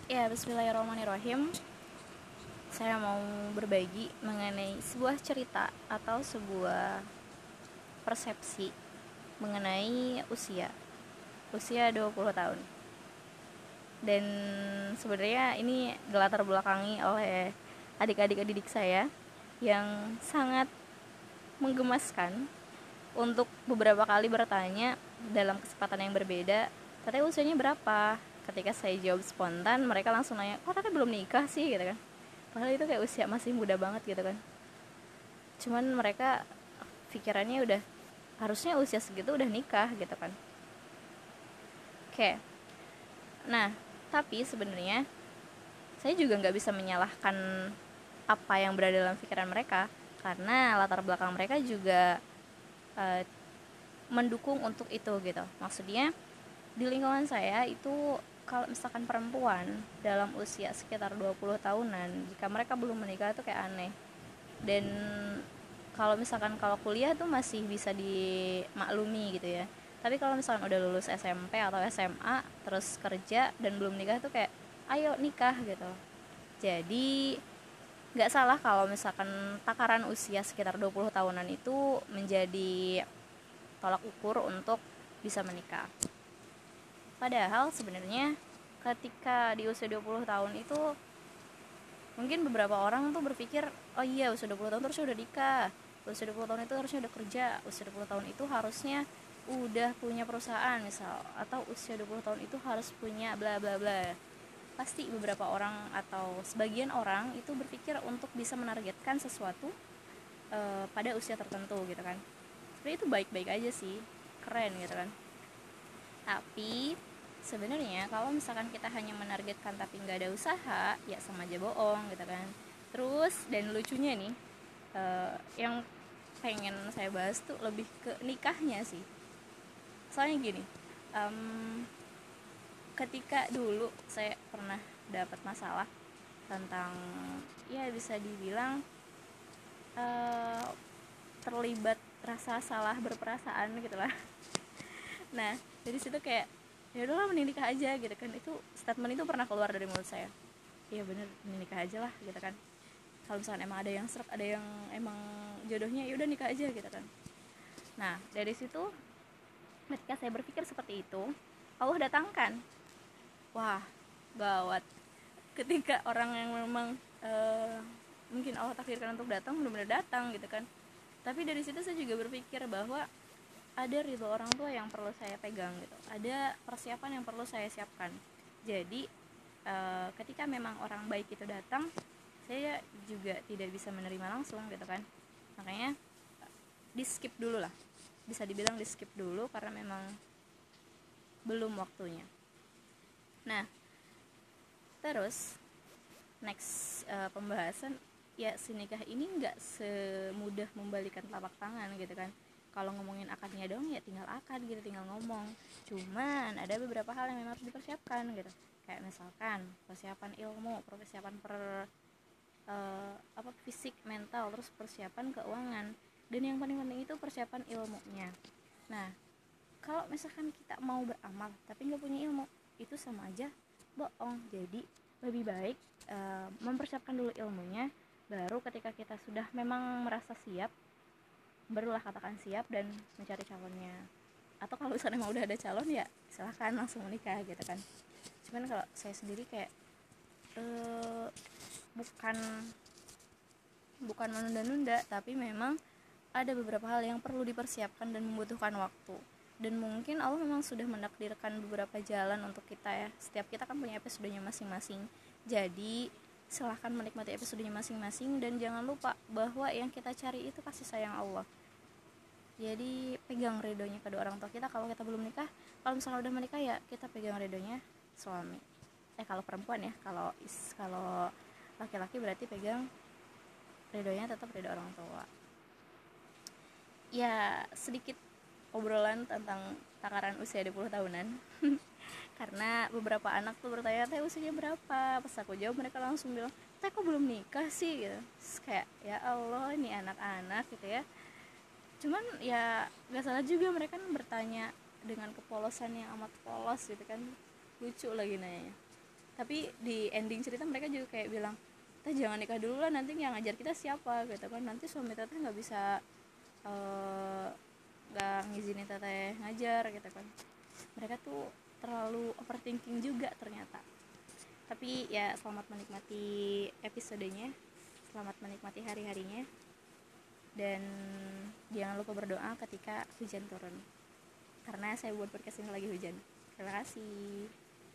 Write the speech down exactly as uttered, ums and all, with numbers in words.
Ya, bismillahirrahmanirrahim. Saya mau berbagi mengenai sebuah cerita atau sebuah persepsi mengenai usia. Usia dua puluh tahun. Dan sebenarnya ini gelatar belakangi oleh adik-adik didik saya yang sangat menggemaskan untuk beberapa kali bertanya dalam kesempatan yang berbeda, "Teteh usianya berapa?" Ketika saya jawab spontan, mereka langsung nanya, "Kok teteh belum nikah sih?" gitu kan. Padahal itu kayak usia masih muda banget gitu kan. Cuman mereka pikirannya udah harusnya usia segitu udah nikah gitu kan. Oke. Nah, tapi sebenarnya saya juga nggak bisa menyalahkan apa yang berada dalam pikiran mereka karena latar belakang mereka juga uh, mendukung untuk itu gitu. Maksudnya di lingkungan saya itu kalau misalkan perempuan dalam usia sekitar dua puluh tahunan jika mereka belum menikah itu kayak aneh. Dan kalau misalkan kalau kuliah tuh masih bisa dimaklumi gitu ya, tapi kalau misalkan udah lulus S M P atau S M A terus kerja dan belum nikah tuh kayak ayo nikah gitu. Jadi nggak salah kalau misalkan takaran usia sekitar dua puluh tahunan itu menjadi tolak ukur untuk bisa menikah. Padahal sebenarnya ketika di usia dua puluh tahun itu mungkin beberapa orang tuh berpikir, oh iya usia dua puluh tahun terus udah nikah, usia dua puluh tahun itu harusnya udah kerja, usia dua puluh tahun itu harusnya udah punya perusahaan misal, atau usia dua puluh tahun itu harus punya bla bla bla. Pasti beberapa orang atau sebagian orang itu berpikir untuk bisa menargetkan sesuatu uh, pada usia tertentu gitu kan. Sebenarnya itu baik-baik aja sih, keren gitu kan. Tapi sebenarnya kalau misalkan kita hanya menargetkan tapi nggak ada usaha, ya sama aja bohong gitu kan. Terus dan lucunya nih, uh, yang pengen saya bahas tuh lebih ke nikahnya sih. Soalnya gini, um, ketika dulu saya pernah dapat masalah tentang, ya bisa dibilang uh, terlibat rasa salah berperasaan gitulah. Nah dari situ kayak ya udahlah mending nikah aja gitu kan. Itu statement itu pernah keluar dari mulut saya. Iya bener, mending nikah aja lah gitu kan. Kalau misalnya emang ada yang serak, ada yang emang jodohnya, ya udah nikah aja gitu kan. Nah dari situ ketika saya berpikir seperti itu, Allah datangkan, wah gawat. Ketika orang yang memang uh, mungkin Allah takdirkan untuk datang, benar-benar datang gitu kan. Tapi dari situ saya juga berpikir bahwa ada ridho orang tua yang perlu saya pegang gitu, ada persiapan yang perlu saya siapkan. Jadi e, ketika memang orang baik itu datang, saya juga tidak bisa menerima langsung gitu kan. Makanya di skip dulu lah, bisa dibilang di skip dulu karena memang belum waktunya. Nah terus next e, pembahasan, ya si nikah ini nggak semudah membalikan telapak tangan gitu kan. Kalau ngomongin akadnya dong ya tinggal akad gitu, tinggal ngomong. Cuman ada beberapa hal yang memang harus dipersiapkan gitu. Kayak misalkan persiapan ilmu, persiapan per uh, apa fisik, mental, terus persiapan keuangan. Dan yang paling penting itu persiapan ilmunya. Nah, kalau misalkan kita mau beramal tapi nggak punya ilmu, itu sama aja bohong. Jadi lebih baik uh, mempersiapkan dulu ilmunya, baru ketika kita sudah memang merasa siap, barulah katakan siap dan mencari calonnya. Atau kalau misalnya mau udah ada calon, ya silahkan langsung menikah gitu kan. Cuman kalau saya sendiri kayak uh, bukan bukan menunda-nunda, tapi memang ada beberapa hal yang perlu dipersiapkan dan membutuhkan waktu. Dan mungkin Allah memang sudah menakdirkan beberapa jalan untuk kita ya. Setiap kita kan punya episodenya masing-masing. Jadi silahkan menikmati episodenya masing-masing, dan jangan lupa bahwa yang kita cari itu kasih sayang Allah. Jadi pegang ridhonya kedua orang tua kita kalau kita belum nikah. Kalau misalnya udah menikah ya kita pegang ridhonya suami. Eh kalau perempuan ya, kalau is kalau laki-laki berarti pegang ridhonya tetap ridho orang tua. Ya sedikit obrolan tentang takaran usia dua puluh tahunan. Karena beberapa anak tuh bertanya, "Teh usianya berapa?" Pas aku jawab mereka langsung bilang, "Teh kok belum nikah sih?" gitu. Terus kayak ya Allah, ini anak-anak gitu ya. Cuman ya gak salah juga, mereka kan bertanya dengan kepolosan yang amat polos gitu kan, lucu lagi nanya. Tapi di ending cerita mereka juga kayak bilang, teh jangan nikah dulu lah, nanti yang ngajar kita siapa gitu kan, nanti suami teteh nggak bisa nggak uh, ngizinin teteh ngajar gitu kan. Mereka tuh terlalu overthinking juga ternyata. Tapi ya selamat menikmati episodenya, selamat menikmati hari-harinya, dan jangan lupa berdoa ketika hujan turun, karena saya buat podcast ini lagi hujan. Terima kasih.